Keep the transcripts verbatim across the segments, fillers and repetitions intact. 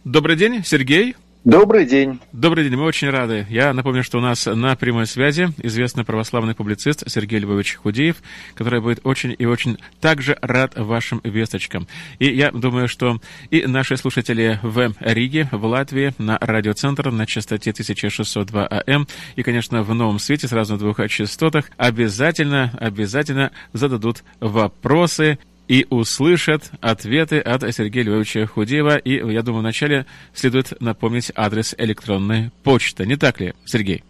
Добрый день, Сергей. Добрый день. Добрый день, мы очень рады. Я напомню, что у нас на прямой связи известный православный публицист Сергей Львович Худеев, который будет очень и очень также рад вашим весточкам. И я думаю, что и наши слушатели в Риге, в Латвии, на радиоцентр на частоте тысяча шестьсот два а эм и, конечно, в Новом Свете сразу на двух частотах обязательно, обязательно зададут вопросы и услышат ответы от Сергея Львовича Худеева. И, я думаю, вначале следует напомнить адрес электронной почты. Не так ли, Сергей?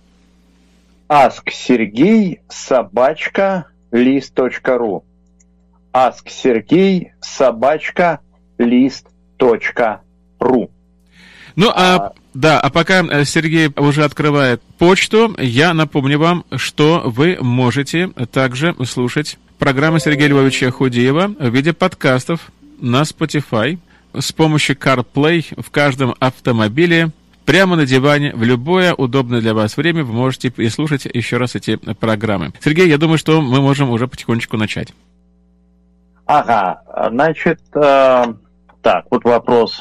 ask sergey собачка лист точка ру ask sergey собачка лист точка ру. Ну, а, а, да, а пока Сергей уже открывает почту, я напомню вам, что вы можете также слушать программы Сергея Львовича Худеева в виде подкастов на Spotify с помощью CarPlay в каждом автомобиле. Прямо на диване, в любое удобное для вас время вы можете и слушать еще раз эти программы. Сергей, я думаю, что мы можем уже потихонечку начать. Ага, значит, э, так, вот вопрос.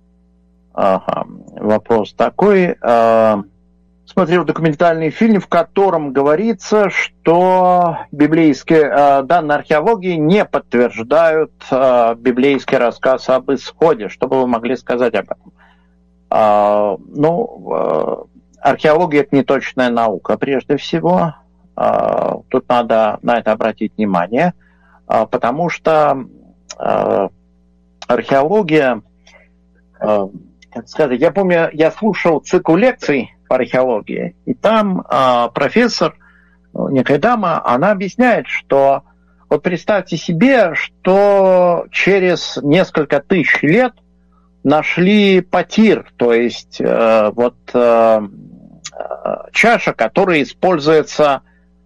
Ага, вопрос такой. Э, смотрел документальный фильм, в котором говорится, что библейские э, данные археологии не подтверждают э, библейский рассказ об исходе. Что бы вы могли сказать об этом? Э, ну, э, археология – это не точная наука, прежде всего. Э, тут надо на это обратить внимание, э, потому что э, археология, э, как сказать, я помню, я слушал цикл лекций по археологии, и там э, профессор, некая дама, она объясняет, что вот представьте себе, что через несколько тысяч лет нашли потир, то есть э, вот э, э, чаша, которая используется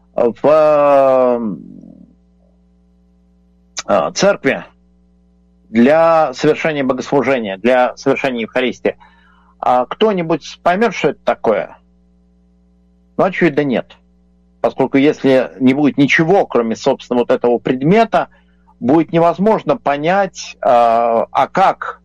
в э, церкви для совершения богослужения, для совершения Евхаристии. А кто-нибудь поймет, что это такое? Ну, очевидно, нет. Поскольку если не будет ничего, кроме, собственно, вот этого предмета, будет невозможно понять, э, а как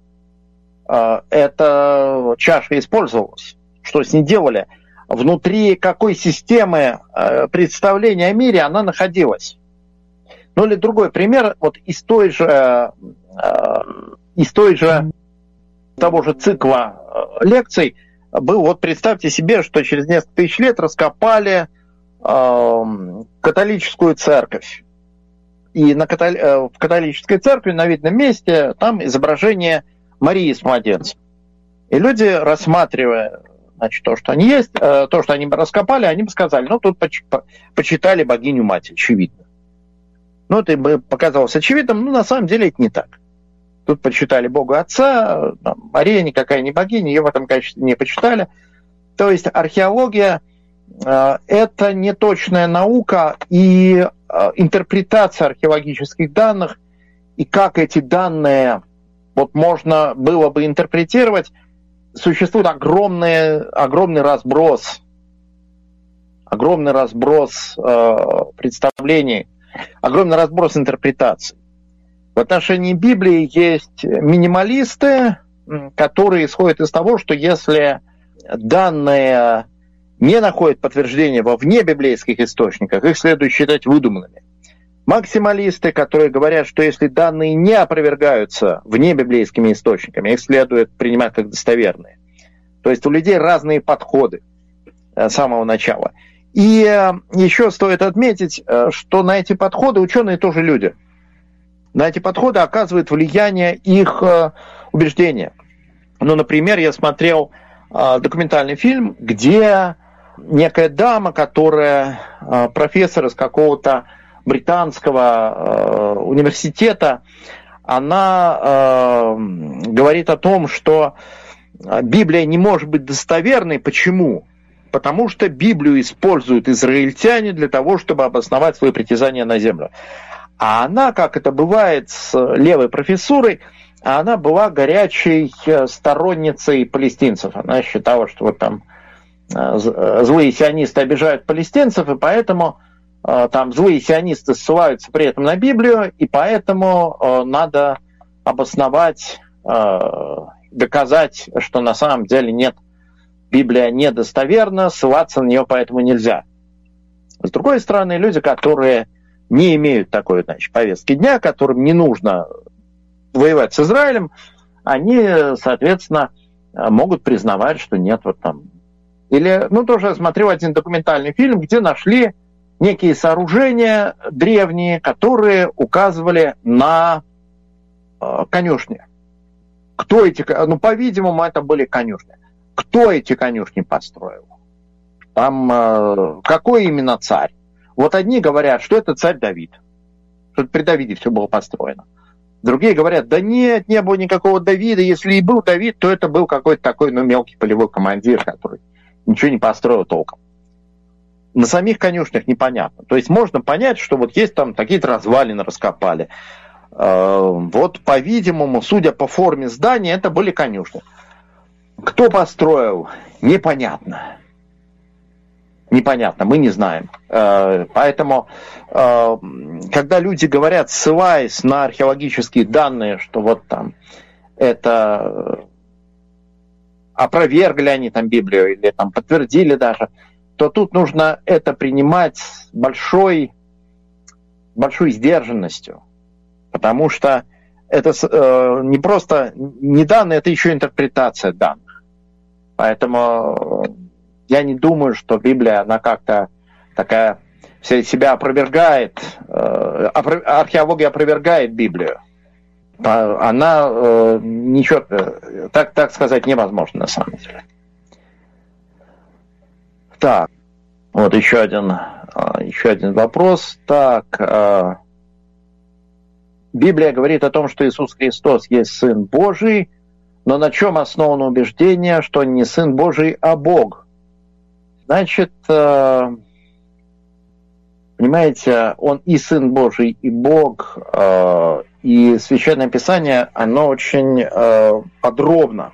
э, эта чаша использовалась, что с ней делали, внутри какой системы э, представления о мире она находилась. Ну или другой пример, вот из той же, э, из той же того же цикла э, лекций был, вот представьте себе, что через несколько тысяч лет раскопали э, католическую церковь. И на католи... э, в католической церкви на видном месте там изображение Марии с младенцем. И люди, рассматривая, значит, то, что они есть, э, то, что они бы раскопали, они бы сказали, ну тут поч... почитали богиню-мать, очевидно. Ну, это бы показалось очевидным, но на самом деле это не так. Тут почитали Бога Отца, Мария никакая не богиня, ее в этом качестве не почитали. То есть археология э, – это неточная наука, и э, интерпретация археологических данных, и как эти данные вот, можно было бы интерпретировать, существует огромный, огромный разброс, огромный разброс э, представлений, огромный разброс интерпретаций. В отношении Библии есть минималисты, которые исходят из того, что если данные не находят подтверждения во внебиблейских источниках, их следует считать выдуманными. Максималисты, которые говорят, что если данные не опровергаются внебиблейскими источниками, их следует принимать как достоверные. То есть у людей разные подходы с самого начала. И еще стоит отметить, что на эти подходы ученые тоже люди. На эти подходы оказывает влияние их убеждения. Ну, например, я смотрел документальный фильм, где некая дама, которая профессор из какого-то британского университета, она говорит о том, что Библия не может быть достоверной. Почему? Потому что Библию используют израильтяне для того, чтобы обосновать свои притязания на землю. А она, как это бывает с левой профессурой, она была горячей сторонницей палестинцев. Она считала, что вот там злые сионисты обижают палестинцев, и поэтому там злые сионисты ссылаются при этом на Библию, и поэтому надо обосновать доказать, что на самом деле нет, Библия недостоверна, ссылаться на нее поэтому нельзя. С другой стороны, люди, которые не имеют такой, значит, повестки дня, которым не нужно воевать с Израилем, они, соответственно, могут признавать, что нет вот там. Или, ну, тоже смотрел один документальный фильм, где нашли некие сооружения древние, которые указывали на э, конюшни. Кто эти, ну, по-видимому, это были конюшни. Кто эти конюшни построил? Там э, какой именно царь? Вот одни говорят, что это царь Давид, что при Давиде все было построено. Другие говорят, да нет, не было никакого Давида. Если и был Давид, то это был какой-то такой, ну, мелкий полевой командир, который ничего не построил толком. На самих конюшнях непонятно. То есть можно понять, что вот есть там какие-то развалины раскопали. Вот, по-видимому, судя по форме здания, это были конюшни. Кто построил, непонятно. Непонятно, мы не знаем. Поэтому, когда люди говорят, ссылаясь на археологические данные, что вот там это опровергли они там Библию или там подтвердили даже, то тут нужно это принимать с большой, большой сдержанностью. Потому что это э, не просто не данные, это еще интерпретация данных. Поэтому я не думаю, что Библия, она как-то такая себя опровергает, э, археология опровергает Библию. Она э, ничего, так, так сказать, невозможно на самом деле. Так, вот еще один, еще один вопрос. Так, Библия говорит о том, что Иисус Христос есть Сын Божий, но на чем основано убеждение, что Он не Сын Божий, а Бог? Значит, понимаете, Он и Сын Божий, и Бог, и Священное Писание, оно очень подробно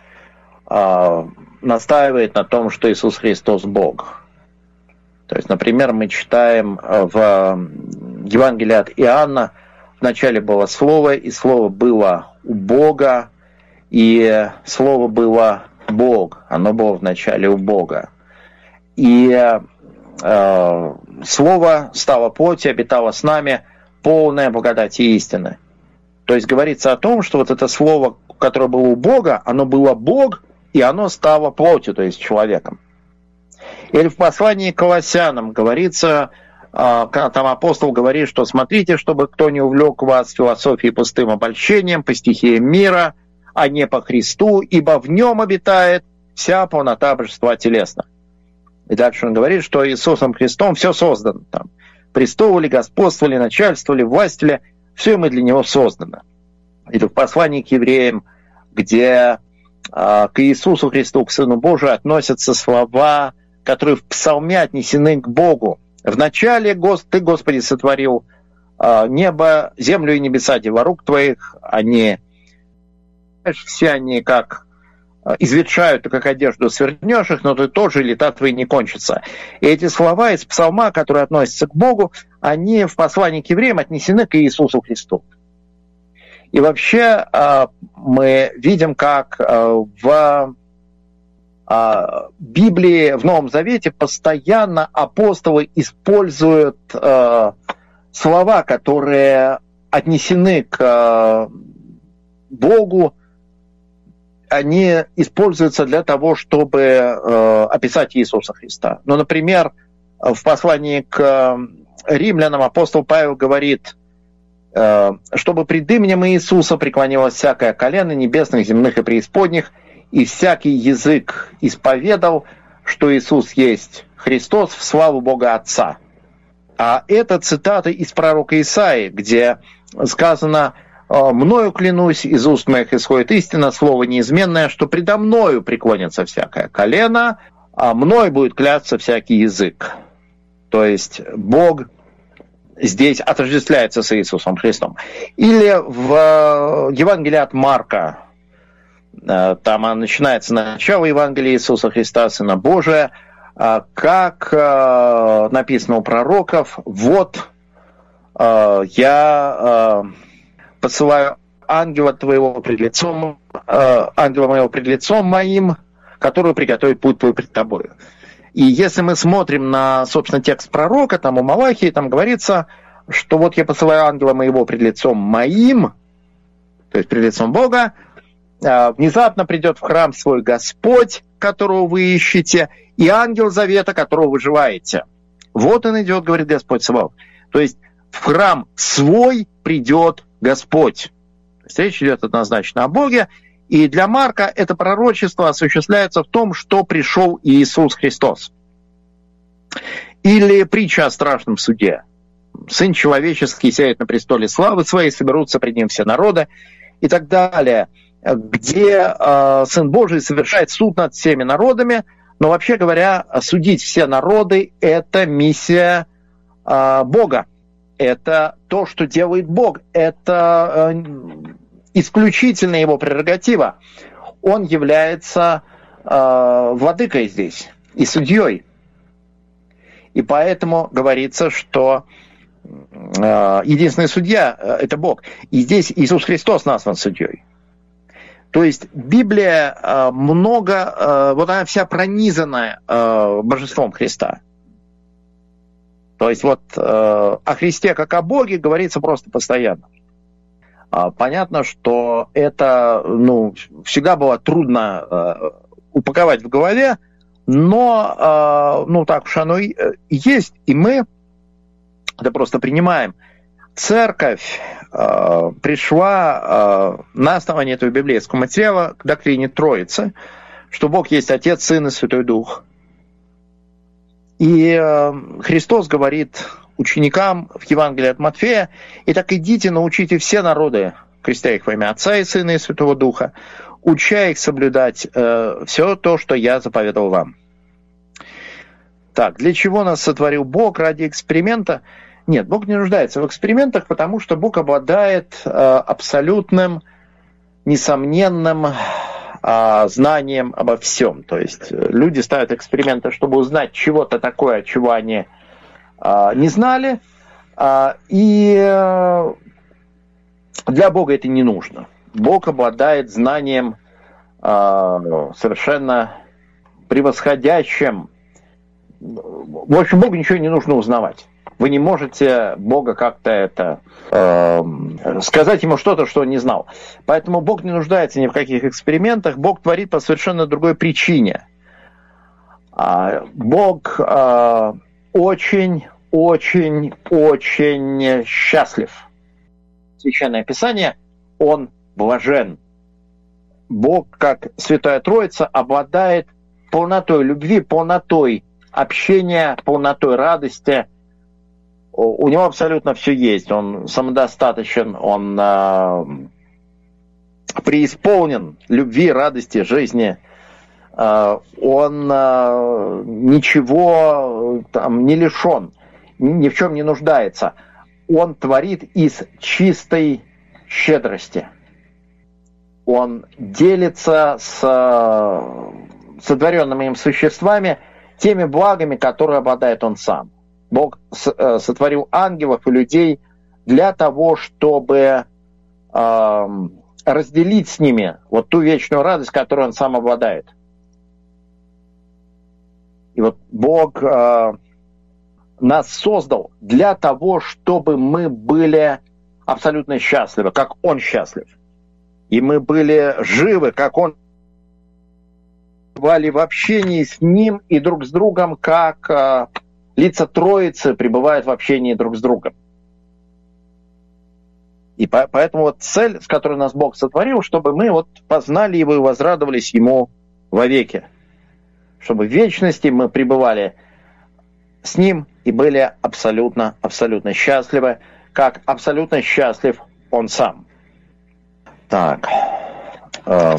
настаивает на том, что Иисус Христос Бог. То есть, например, мы читаем в Евангелии от Иоанна, вначале было Слово, и Слово было у Бога, и Слово было Бог, оно было вначале у Бога. И э, Слово стало плотью, обитало с нами, полное благодати и истины. То есть говорится о том, что вот это Слово, которое было у Бога, оно было Бог, и оно стало плотью, то есть человеком. Или в послании к Колоссянам говорится, там апостол говорит, что смотрите, чтобы кто не увлек вас философией пустым обольщением, по стихиям мира, а не по Христу, ибо в нем обитает вся полнота божества телесно. И дальше он говорит, что Иисусом Христом все создано. Там, престолы, господствовали, начальствовали, властили, все мы для него создано. И в послании к евреям, где к Иисусу Христу, к Сыну Божию, относятся слова, которые в псалме отнесены к Богу. «Вначале Ты, Господи, сотворил небо, землю и небеса, дело рук Твоих, они, все они как изветшают, как одежду свернешь их, но Ты тоже, и лета Твои не кончатся». И эти слова из псалма, которые относятся к Богу, они в послании к евреям отнесены к Иисусу Христу. И вообще мы видим, как в Библии, в Новом Завете постоянно апостолы используют слова, которые отнесены к Богу, они используются для того, чтобы описать Иисуса Христа. Ну, например, в послании к римлянам апостол Павел говорит, чтобы пред именем Иисуса преклонилось всякое колено небесных, земных и преисподних, и всякий язык исповедал, что Иисус есть Христос в славу Бога Отца. А это цитаты из пророка Исаии, где сказано: «Мною клянусь, из уст моих исходит истина, слово неизменное, что предо мною преклонится всякое колено, а мной будет клясться всякий язык». То есть Бог здесь отождествляется с Иисусом Христом. Или в Евангелии от Марка, там начинается начало Евангелия Иисуса Христа, Сына Божия, как написано у пророков: «Вот я посылаю ангела твоего пред лицом э, ангела моего пред лицом моим, который приготовит путь твой пред тобою. И если мы смотрим на, собственно, текст пророка, там у Малахии, там говорится, что вот я посылаю ангела моего пред лицом моим, то есть пред лицом Бога, внезапно придет в храм свой Господь, которого вы ищете, и ангел завета, которого вы желаете. Вот он идет, говорит Господь Саваоф. То есть в храм свой придет Господь. То есть речь идет однозначно о Боге. И для Марка это пророчество осуществляется в том, что пришел Иисус Христос. Или притча о страшном суде. Сын человеческий сядет на престоле славы своей, соберутся пред ним все народы и так далее. Где э, Сын Божий совершает суд над всеми народами. Но вообще говоря, судить все народы – это миссия э, Бога. Это то, что делает Бог. Это... Э, исключительно его прерогатива. Он является э, владыкой здесь и судьей. И поэтому говорится, что э, единственный судья э, – это Бог. И здесь Иисус Христос назван судьей. То есть Библия э, много, э, вот она вся пронизана э, божеством Христа. То есть вот э, о Христе как о Боге говорится просто постоянно. Понятно, что это ну, всегда было трудно э, упаковать в голове, но э, ну, так уж оно и есть, и мы это просто принимаем. Церковь э, пришла э, на основании этого библейского материала к доктрине Троицы, что Бог есть Отец, Сын и Святой Дух. И э, Христос говорит ученикам в Евангелии от Матфея: «Итак, идите, научите все народы, крестя их во имя Отца и Сына и Святого Духа, уча их соблюдать э, все то, что я заповедал вам». Так, для чего нас сотворил Бог? Ради эксперимента? Нет, Бог не нуждается в экспериментах, потому что Бог обладает э, абсолютным, несомненным э, знанием обо всем. То есть люди ставят эксперименты, чтобы узнать чего-то такое, чего они не знали, и для Бога это не нужно. Бог обладает знанием совершенно превосходящим. В общем, Богу ничего не нужно узнавать. Вы не можете Бога как-то это сказать ему что-то, что он не знал. Поэтому Бог не нуждается ни в каких экспериментах. Бог творит по совершенно другой причине. Бог очень, очень, очень счастлив. Священное Писание, он блажен. Бог, как Святая Троица, обладает полнотой любви, полнотой общения, полнотой радости. У него абсолютно все есть. Он самодостаточен, он э, преисполнен любви, радости, жизни. Он э, ничего там не лишен, ни в чем не нуждается. Он творит из чистой щедрости. Он делится с сотворенными им существами теми благами, которые обладает он сам. Бог э, сотворил ангелов и людей для того, чтобы э, разделить с ними вот ту вечную радость, которую он сам обладает. И вот Бог э, нас создал для того, чтобы мы были абсолютно счастливы, как Он счастлив. И мы были живы, как Он, бывали в общении с Ним и друг с другом, как э, лица Троицы пребывают в общении друг с другом. И по, поэтому вот цель, с которой нас Бог сотворил, чтобы мы вот познали Его и возрадовались Ему вовеки. Чтобы в вечности мы пребывали с Ним и были абсолютно, абсолютно счастливы, как абсолютно счастлив Он сам. Так. Эм.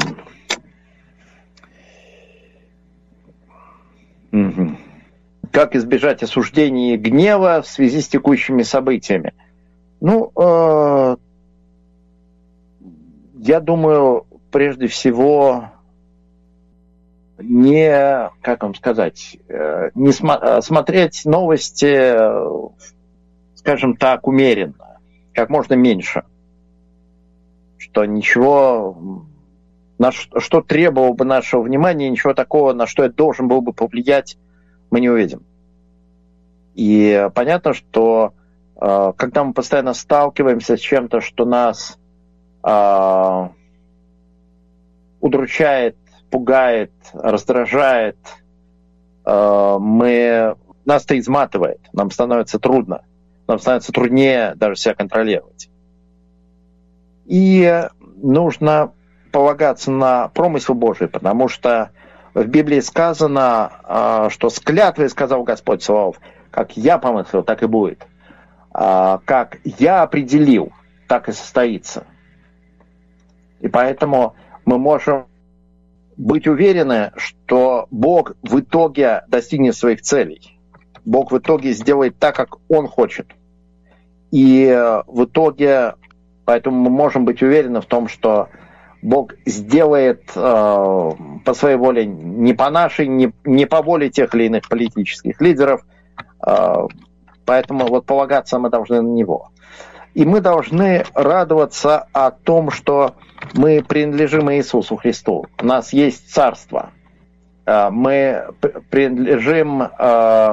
Угу. Как избежать осуждения и гнева в связи с текущими событиями? Ну, э, я думаю, прежде всего, не, как вам сказать, не см- смотреть новости, скажем так, умеренно, как можно меньше. Что ничего на что, что требовало бы нашего внимания, ничего такого, на что я должен был бы повлиять, мы не увидим. И понятно, что э, когда мы постоянно сталкиваемся с чем-то, что нас э, удручает, пугает, раздражает, э, мы, нас это изматывает, нам становится трудно, нам становится труднее даже себя контролировать. И нужно полагаться на промысел Божий, потому что в Библии сказано, что с клятвой сказал Господь Саваоф, как я помыслил, так и будет. Как я определил, так и состоится. И поэтому мы можем быть уверены, что Бог в итоге достигнет своих целей. Бог в итоге сделает так, как Он хочет. И в итоге, поэтому мы можем быть уверены в том, что Бог сделает э, по своей воле, не по нашей, не, не по воле тех или иных политических лидеров. Э, поэтому вот полагаться мы должны на Него. И мы должны радоваться о том, что мы принадлежим Иисусу Христу. У нас есть Царство. Э, мы принадлежим э,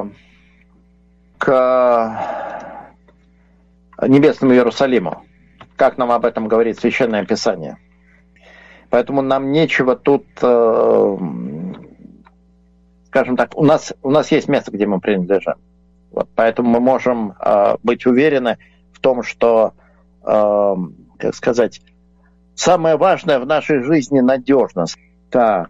к Небесному Иерусалиму, как нам об этом говорит Священное Писание. Поэтому нам нечего тут, э, скажем так, у нас, у нас есть место, где мы принадлежим. Вот, поэтому мы можем э, быть уверены в том, что, э, как сказать, самое важное в нашей жизни — надежность. Так.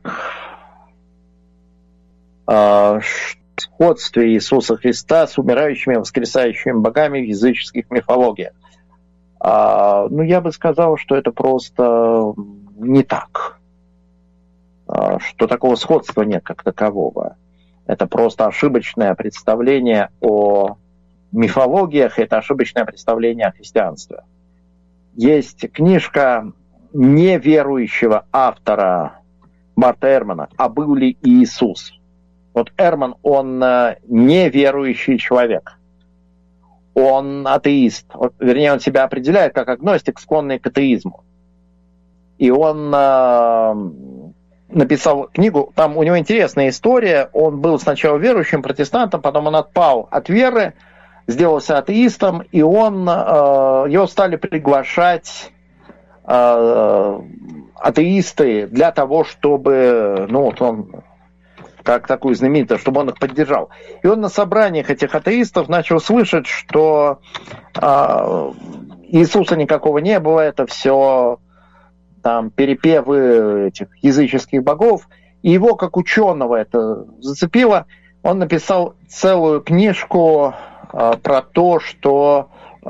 Э, сходстве Иисуса Христа с умирающими и воскресающими богами в языческих мифологиях. Э, ну, я бы сказал, что это просто не так, что такого сходства нет как такового. Это просто ошибочное представление о мифологиях, это ошибочное представление о христианстве. Есть книжка неверующего автора Барта Эрмана «А был ли Иисус?». Вот Эрман, он неверующий человек. Он атеист. Вернее, он себя определяет как агностик, склонный к атеизму. И он э, написал книгу, там у него интересная история, он был сначала верующим протестантом, потом он отпал от веры, сделался атеистом, и он, э, его стали приглашать э, атеисты для того, чтобы, ну вот он, как такую знаменитую, чтобы он их поддержал. И он на собраниях этих атеистов начал слышать, что э, Иисуса никакого не было, это все там перепевы этих языческих богов, и его, как ученого, это зацепило. Он написал целую книжку э, про то, что э,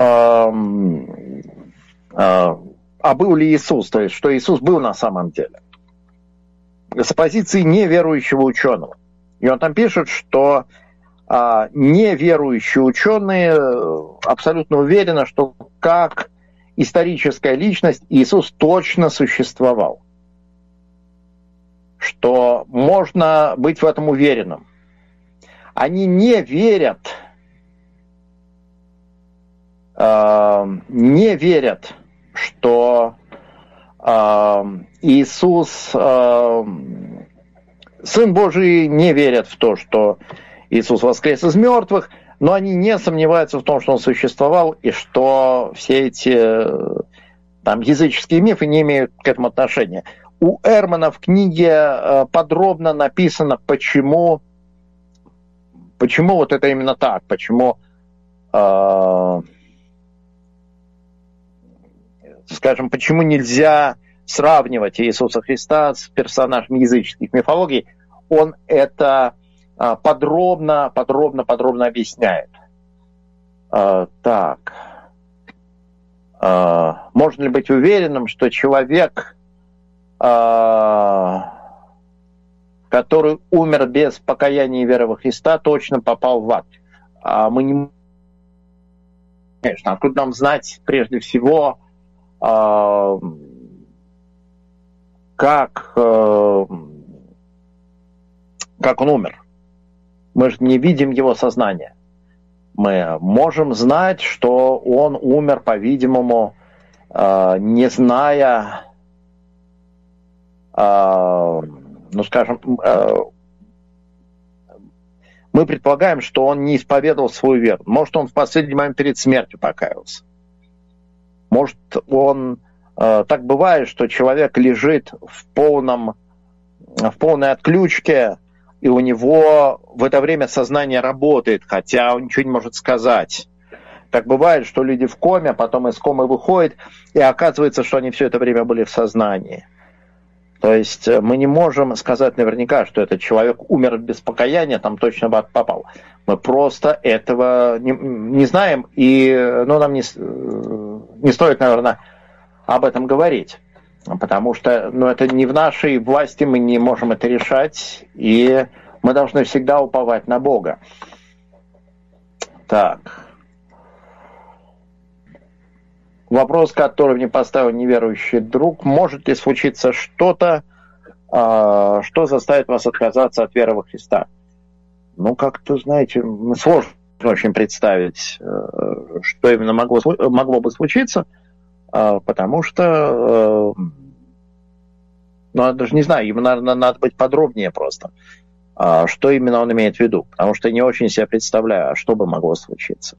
э, а был ли Иисус, то есть, что Иисус был на самом деле, с позиции неверующего ученого. И он там пишет, что э, неверующие ученые абсолютно уверены, что как историческая личность Иисус точно существовал. Что можно быть в этом уверенным. Они не верят, э, не верят, что э, Иисус, э, Сын Божий, не верят в то, что Иисус воскрес из мертвых, но они не сомневаются в том, что он существовал, и что все эти там языческие мифы не имеют к этому отношения. У Эрмана в книге подробно написано, почему, почему вот это именно так, почему, э, скажем, почему нельзя сравнивать Иисуса Христа с персонажем языческих мифологий. Он это подробно, подробно, подробно объясняет. А, так. А, можно ли быть уверенным, что человек, а, который умер без покаяния и веры во Христа, точно попал в ад? А мы не... Конечно, откуда нам знать, прежде всего, а, как, а, как он умер? Мы же не видим его сознания. Мы можем знать, что он умер, по-видимому, не зная ну, скажем, мы предполагаем, что он не исповедовал свою веру. Может, он в последний момент перед смертью покаялся. Может, он... Так бывает, что человек лежит в полном, в полной отключке, и у него в это время сознание работает, хотя он ничего не может сказать. Так бывает, что люди в коме, потом из комы выходят, и оказывается, что они все это время были в сознании. То есть мы не можем сказать наверняка, что этот человек умер без покаяния, там точно в ад попал. Мы просто этого не, не знаем, и ну, нам не, не стоит, наверное, об этом говорить. Потому что ну, это не в нашей власти, мы не можем это решать, и мы должны всегда уповать на Бога. Так. Вопрос, который мне поставил неверующий друг. Может ли случиться что-то, что заставит вас отказаться от веры во Христа? Ну, как-то, знаете, сложно очень представить, что именно могло, могло бы случиться, потому что, ну, я даже не знаю, ему, наверное, надо быть подробнее просто, что именно он имеет в виду, потому что я не очень себе представляю, что бы могло случиться.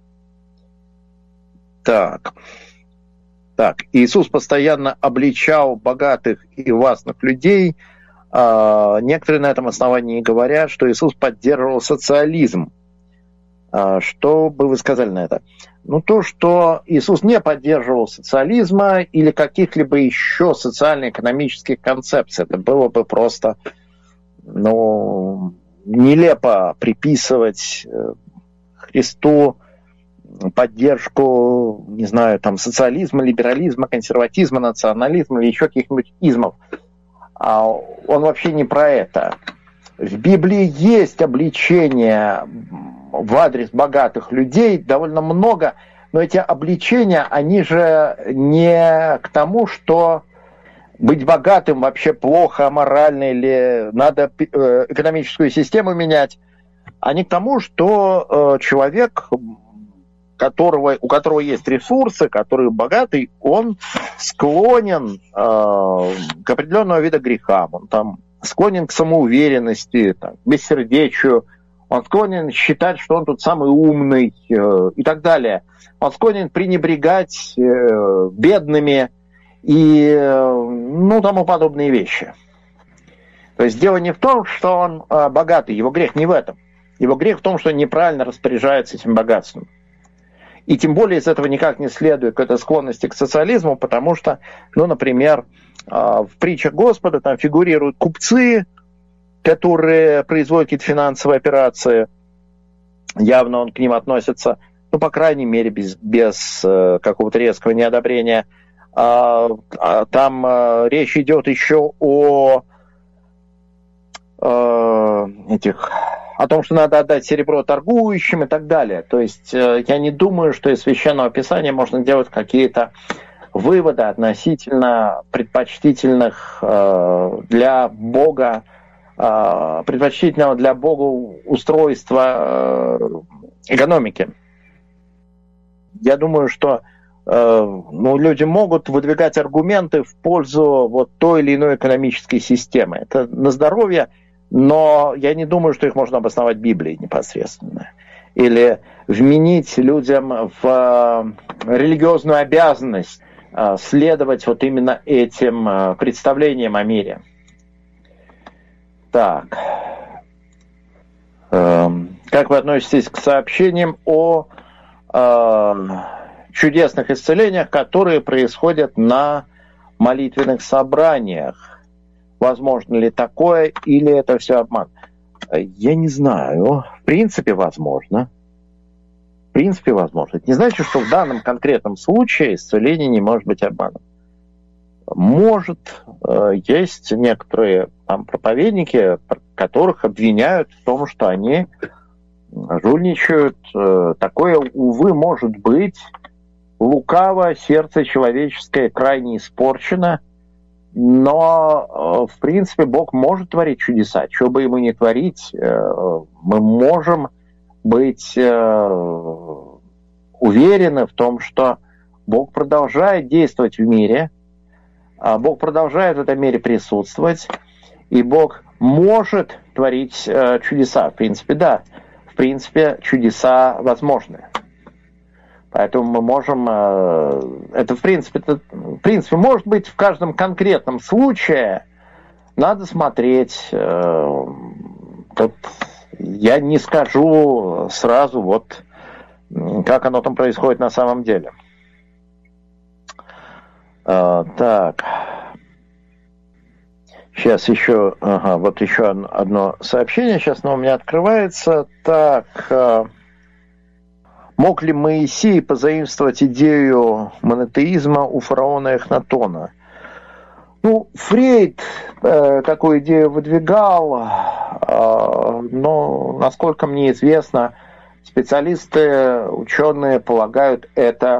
Так. Так, Иисус постоянно обличал богатых и властных людей. Некоторые на этом основании говорят, что Иисус поддерживал социализм. Что бы вы сказали на это? Ну, то, что Иисус не поддерживал социализма или каких-либо еще социально-экономических концепций. Это было бы просто, ну, нелепо приписывать Христу поддержку, не знаю, там, социализма, либерализма, консерватизма, национализма или еще каких-нибудь измов. А он вообще не про это. В Библии есть обличения в адрес богатых людей, довольно много, но эти обличения, они же не к тому, что быть богатым вообще плохо, аморально, или надо экономическую систему менять, они к тому, что человек, которого, у которого есть ресурсы, который богатый, он склонен э, к определенного вида грехам, он там склонен к самоуверенности, там, к бессердечию, он склонен считать, что он тут самый умный э, и так далее. Он склонен пренебрегать э, бедными и э, ну, тому подобные вещи. То есть дело не в том, что он э, богатый, его грех не в этом. Его грех в том, что он неправильно распоряжается этим богатством. И тем более из этого никак не следует к этой склонности к социализму, потому что, ну, например, в притчах Господа там фигурируют купцы, которые производят какие-то финансовые операции. Явно он к ним относится, ну, по крайней мере, без, без какого-то резкого неодобрения. Там речь идет еще о этих... о том, что надо отдать серебро торгующим и так далее. То есть я не думаю, что из Священного Писания можно делать какие-то выводы относительно предпочтительных для Бога, предпочтительного для Бога устройства экономики. Я думаю, что ну, люди могут выдвигать аргументы в пользу вот той или иной экономической системы. Это на здоровье. Но я не думаю, что их можно обосновать Библией непосредственно. Или вменить людям в религиозную обязанность следовать вот именно этим представлениям о мире. Так. Как вы относитесь к сообщениям о чудесных исцелениях, которые происходят на молитвенных собраниях? Возможно ли такое, или это все обман? Я не знаю. В принципе, возможно. В принципе, возможно. Это не значит, что в данном конкретном случае исцеление не может быть обманом. Может, есть некоторые там проповедники, которых обвиняют в том, что они жульничают. Такое, увы, может быть. Лукаво, сердце человеческое крайне испорчено. Но, в принципе, Бог может творить чудеса. Что бы ему ни творить, мы можем быть уверены в том, что Бог продолжает действовать в мире. Бог продолжает в этой мере присутствовать, и Бог может творить чудеса. В принципе, да. В принципе, чудеса возможны. Поэтому мы можем... Это, в принципе, это, в принципе, может быть, в каждом конкретном случае надо смотреть. Тут я не скажу сразу, вот, как оно там происходит на самом деле. Так... Сейчас еще, ага, вот еще одно сообщение, сейчас оно у меня открывается. Так, мог ли Моисей позаимствовать идею монотеизма у фараона Эхнатона? Ну, Фрейд э, такую идею выдвигал, э, но, насколько мне известно, специалисты, ученые полагают это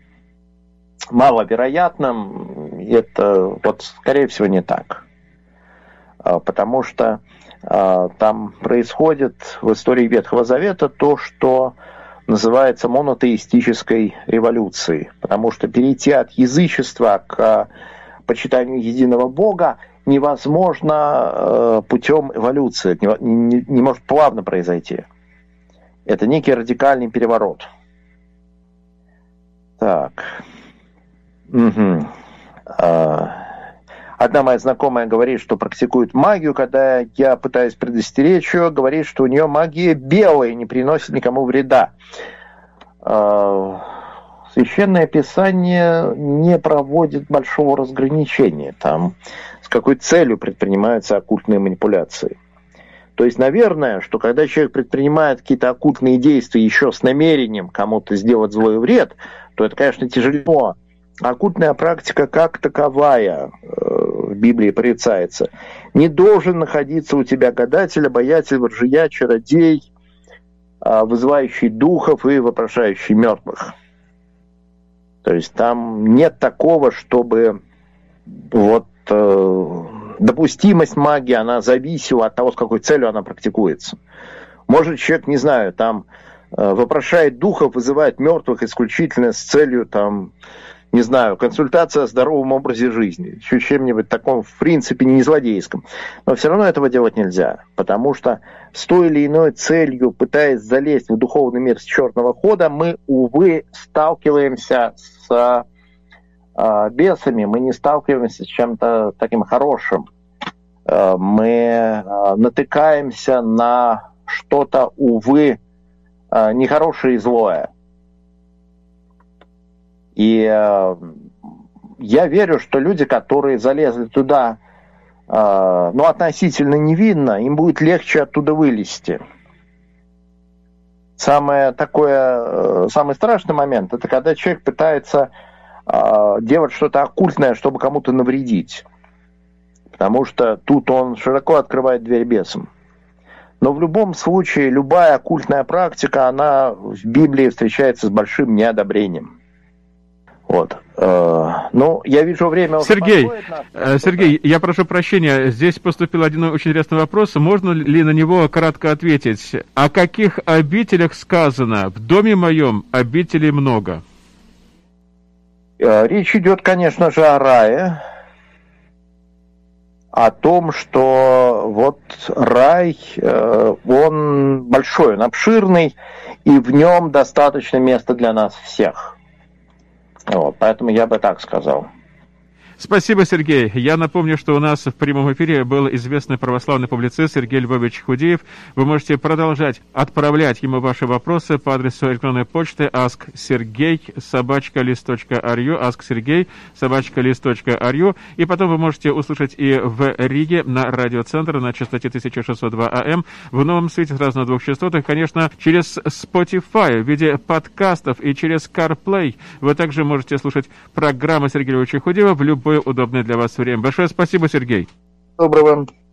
маловероятным. Это, вот, скорее всего, не так. Потому что э, там происходит в истории Ветхого Завета то, что называется монотеистической революцией. Потому что перейти от язычества к э, почитанию единого Бога невозможно э, путем эволюции. Это не, не, не может плавно произойти. Это некий радикальный переворот. Так. Угу. А... Одна моя знакомая говорит, что практикует магию. Когда я пытаюсь предостеречь ее, говорит, что у нее магия белая, не приносит никому вреда. Священное Писание не проводит большого разграничения. Там с какой целью предпринимаются оккультные манипуляции. То есть, наверное, что когда человек предпринимает какие-то оккультные действия еще с намерением кому-то сделать злой вред, то это, конечно, тяжело. Оккультная практика как таковая в Библии порицается. Не должен находиться у тебя гадатель, обаятель, воржия, чародей, вызывающий духов и вопрошающий мертвых. То есть там нет такого, чтобы вот э, допустимость магии, она зависела от того, с какой целью она практикуется. Может, человек, не знаю, там э, вопрошает духов, вызывает мертвых исключительно с целью там, не знаю, консультация о здоровом образе жизни, еще чем-нибудь таком, в принципе, не злодейском. Но все равно этого делать нельзя, потому что с той или иной целью, пытаясь залезть в духовный мир с черного хода, мы, увы, сталкиваемся с э, бесами, мы не сталкиваемся с чем-то таким хорошим. Э, мы э, натыкаемся на что-то, увы, э, нехорошее и злое. И э, я верю, что люди, которые залезли туда, э, ну, относительно невинно, им будет легче оттуда вылезти. Самое такое, э, самый страшный момент, это когда человек пытается э, делать что-то оккультное, чтобы кому-то навредить. Потому что тут он широко открывает дверь бесам. Но в любом случае, любая оккультная практика, она в Библии встречается с большим неодобрением. Вот. Ну, я вижу, время уже Сергей, нас, Сергей, я прошу прощения, здесь поступил один очень интересный вопрос, можно ли на него кратко ответить? О каких обителях сказано? В доме моем обителей много. Речь идет, конечно же, о рае, о том, что вот рай, он большой, он обширный, и в нем достаточно места для нас всех. Вот, поэтому я бы так сказал. Спасибо, Сергей. Я напомню, что у нас в прямом эфире был известный православный публицист Сергей Львович Худеев. Вы можете продолжать отправлять ему ваши вопросы по адресу электронной почты ask sergey собака лист точка ру, ask sergey собака лист точка ру. И потом вы можете услышать и в Риге на радиоцентр на частоте тысяча шестьсот два а эм, в новом свете сразу на двух частотах, конечно, через Spotify в виде подкастов и через CarPlay. Вы также можете слушать программы Сергея Львовича Худеева в любом удобное для вас время. Большое спасибо, Сергей. Доброго.